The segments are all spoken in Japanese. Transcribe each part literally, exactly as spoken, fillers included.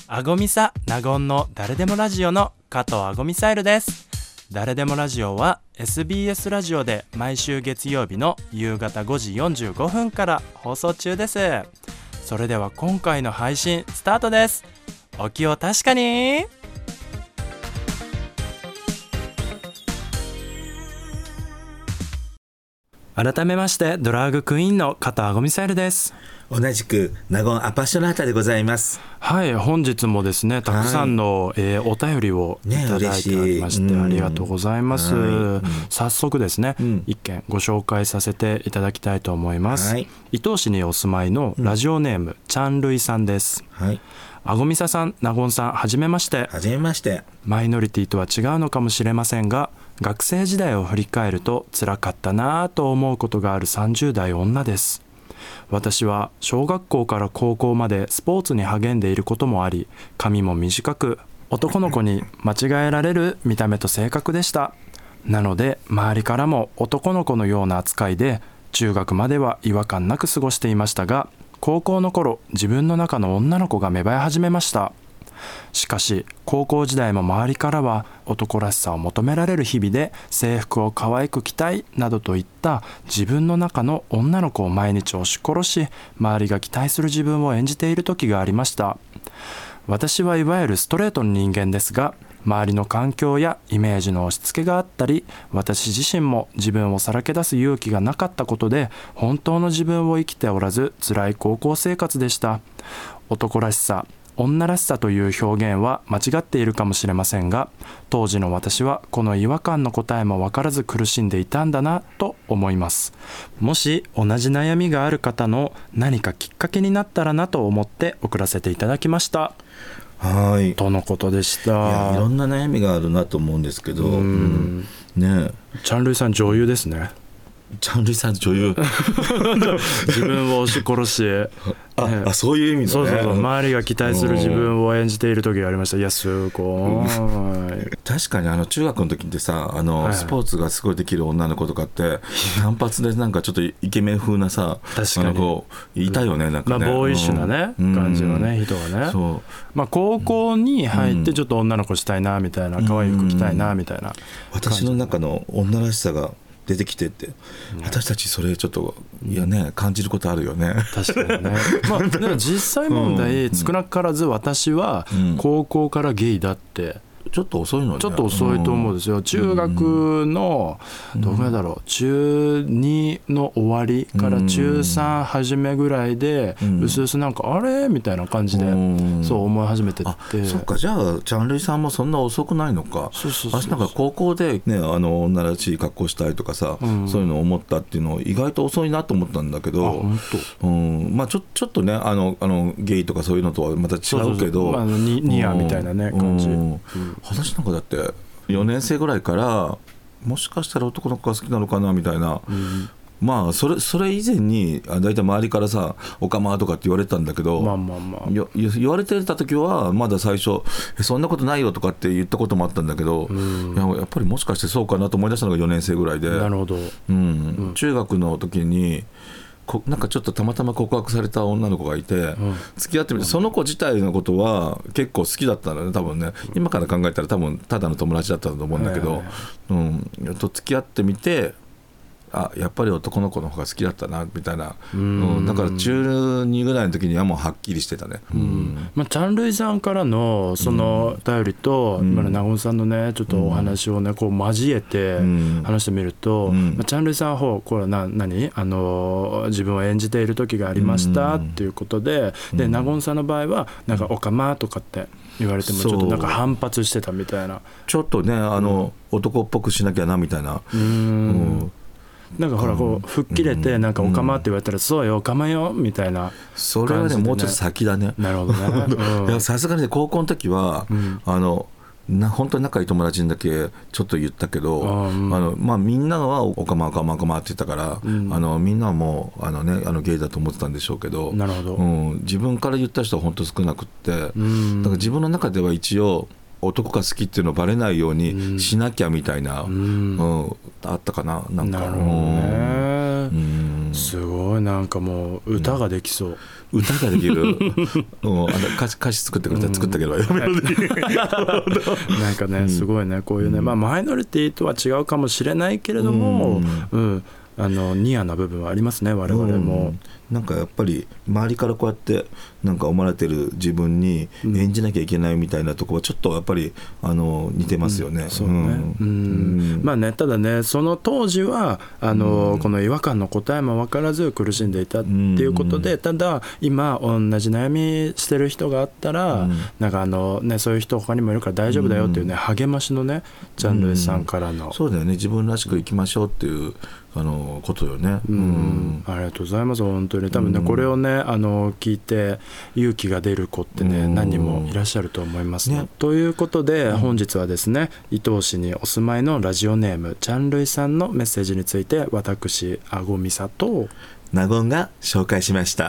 あごみさなごんの誰でもラジオの加藤あごみサイルです。誰でもラジオは エスビーエス ラジオで毎週月曜日の夕方ごじよんじゅうごふんから放送中です。それでは今回の配信スタートです。お気を確かに。改めましてドラァグクイーンの加藤あごみサイルです。 同じく納言アパッショナータでございます。 はい、本日もですねたくさんの、はいえー、お便りをいただいておりまして、ね、ありがとうございます、うん、早速ですね、うん、一件ご紹介させていただきたいと思います、はい、伊東市にお住まいのラジオネーム、うん、チャンルイさんです。はい、あごみささん、納言さん、はじめまして。 はじめまして。 マイノリティとは違うのかもしれませんが、学生時代を振り返ると辛かったなぁと思うことがあるさんじゅう代女です。私は小学校から高校までスポーツに励んでいることもあり、髪も短く男の子に間違えられる見た目と性格でした。なので周りからも男の子のような扱いで、中学までは違和感なく過ごしていましたが、高校の頃自分の中の女の子が芽生え始めました。しかし高校時代も周りからは男らしさを求められる日々で、制服を可愛く着たいなどといった自分の中の女の子を毎日押し殺し、周りが期待する自分を演じている時がありました。私はいわゆるストレートの人間ですが、周りの環境やイメージの押し付けがあったり、私自身も自分をさらけ出す勇気がなかったことで、本当の自分を生きておらず辛い高校生活でした。男らしさ、女らしさという表現は間違っているかもしれませんが、当時の私はこの違和感の答えも分からず苦しんでいたんだなと思います。もし同じ悩みがある方の何かきっかけになったらなと思って送らせていただきました。 はいとのことでした。 いや、いろんな悩みがあるなと思うんですけど、うん、ね、 チャンルイさん女優ですね。 チャンルイさん女優自分を押し殺しあ、ね、あ、そういう意味だね。 そうそうそう、周りが期待する自分を演じている時がありました。いや、すごい確かにあの中学の時ってさ、あの、はい、スポーツがすごいできる女の子とかって単発でなんかちょっとイケメン風なさ、 確かにこういたよね、なんかね、 まあ、ボーイッシュなね、うん、感じのね、人がね。そう、まあ、高校に入ってちょっと女の子したいなみたいな、可愛い服着たいなみたいな、 私の中の女らしさが出てきてって、うん、私たちそれちょっといやね、感じることあるよね。 確かにね、まあ、でも実際問題、うん、少なからず私は高校からゲイだって、 ちょっと遅いのね。 ちょっと遅いと思うんですよ、うん、中学の、うん、どうぐらいだろう、中にの終わりから中さん初めぐらいで、うん、うすうすなんかあれみたいな感じで、うん、そう思い始めてって。 そっか、じゃあチャンルイさんもそんな遅くないのか。 そうそうそうそう、 私なんか高校で、ね、あの女らしい格好したいとかさ、うん、そういうのを思ったっていうの意外と遅いなと思ったんだけど、あ、本当、うん、まあ、ちょ、ちょっとね、あのあのゲイとかそういうのとはまた違うけど、そうそうそう、まあ、 ニ, ニアみたいなね、感じ、うんうん、 私なんかだってよねん生ぐらいからもしかしたら男の子が好きなのかなみたいな、うん、まあそれ、それ以前にだいたい周りからさおかまとかって言われてたんだけど、 まあまあまあ、 言われてた時はまだ最初そんなことないよとかって言ったこともあったんだけど、うん、いや、やっぱりもしかしてそうかなと思い出したのがよねん生ぐらいで。 なるほど、 うんうん、中学の時になんかちょっとたまたま告白された女の子がいて、うん、付き合ってみて、その子自体のことは結構好きだったんだね、多分ね。今から考えたら多分ただの友達だったと思うんだけど、うん、と付き合ってみて、あ、やっぱり男の子の方が好きだったなみたいな、うん、だから中にぐらいの時にはもうはっきりしてたね、うん、 まあ、チャンルイさんからのその便りと、うん、今の納言さんのねちょっとお話をねこう交えて話してみると、うん、まあ、チャンルイさんはこれはな何あの自分を演じている時がありましたっていうことで、うん、で納言さんの場合はなんかおかまとかって言われてもちょっとなんか反発してたみたいな、 ちょっとね、あの、うん、男っぽくしなきゃなみたいな、 うん、うんなんかほらこう吹っ切れてなんかおかまって言われたら、そうよおかまよみたいな、 それはねもうちょっと先だね。 なるほどね。 さすがに高校の時は、うん、あのな本当に仲いい友達にだけちょっと言ったけど、あ、うん、あのまあ、みんなはおかまおかまおかまって言ったから、うん、あのみんなはもうあの、ね、あのゲイだと思ってたんでしょうけど、 なるほど、 うん、自分から言った人は本当少なくって、うん、だから自分の中では一応男が好きっていうのをバレないようにしなきゃみたいな、うんうん、あったかな、なんか。 なるほどね、 うん、 すごいなんかもう歌ができそう、 うん、歌ができるもうあの歌詞、歌詞作ってくれたら作ってあげればよ、うん、 なんかねすごいねこういうね、うん、まあマイノリティとは違うかもしれないけれども、うん、うん、あのニアな部分はありますね我々も、うん、 なんかやっぱり周りからこうやってなんか思われてる自分に演じなきゃいけないみたいなところはちょっとやっぱりあの似てますよね、うん、 そうね、うんうん、まあねただねその当時はあの、うん、この違和感の答えも分からず苦しんでいたっていうことで、うん、ただ今同じ悩みしてる人があったら、うん、なんかあのねそういう人他にもいるから大丈夫だよっていうね、うん、励ましのねジャンルイさんからの、 うん、そうだよね自分らしく生きましょうっていうあのことよね、 うんうん、ありがとうございます本当に多分ね、うん、これをねあの聞いて勇気が出る子ってね、うん、何人もいらっしゃると思いますね、ねということで、うん、本日はですね伊東市にお住まいのラジオネームチャンルイさんのメッセージについて私あごみさと納言が紹介しました。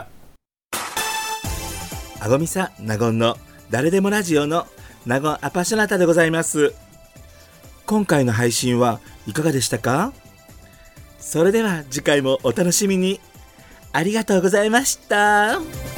あごみさ納言の誰でもラジオの納言アパショナタでございます。今回の配信はいかがでしたか？それでは次回もお楽しみに。ありがとうございました。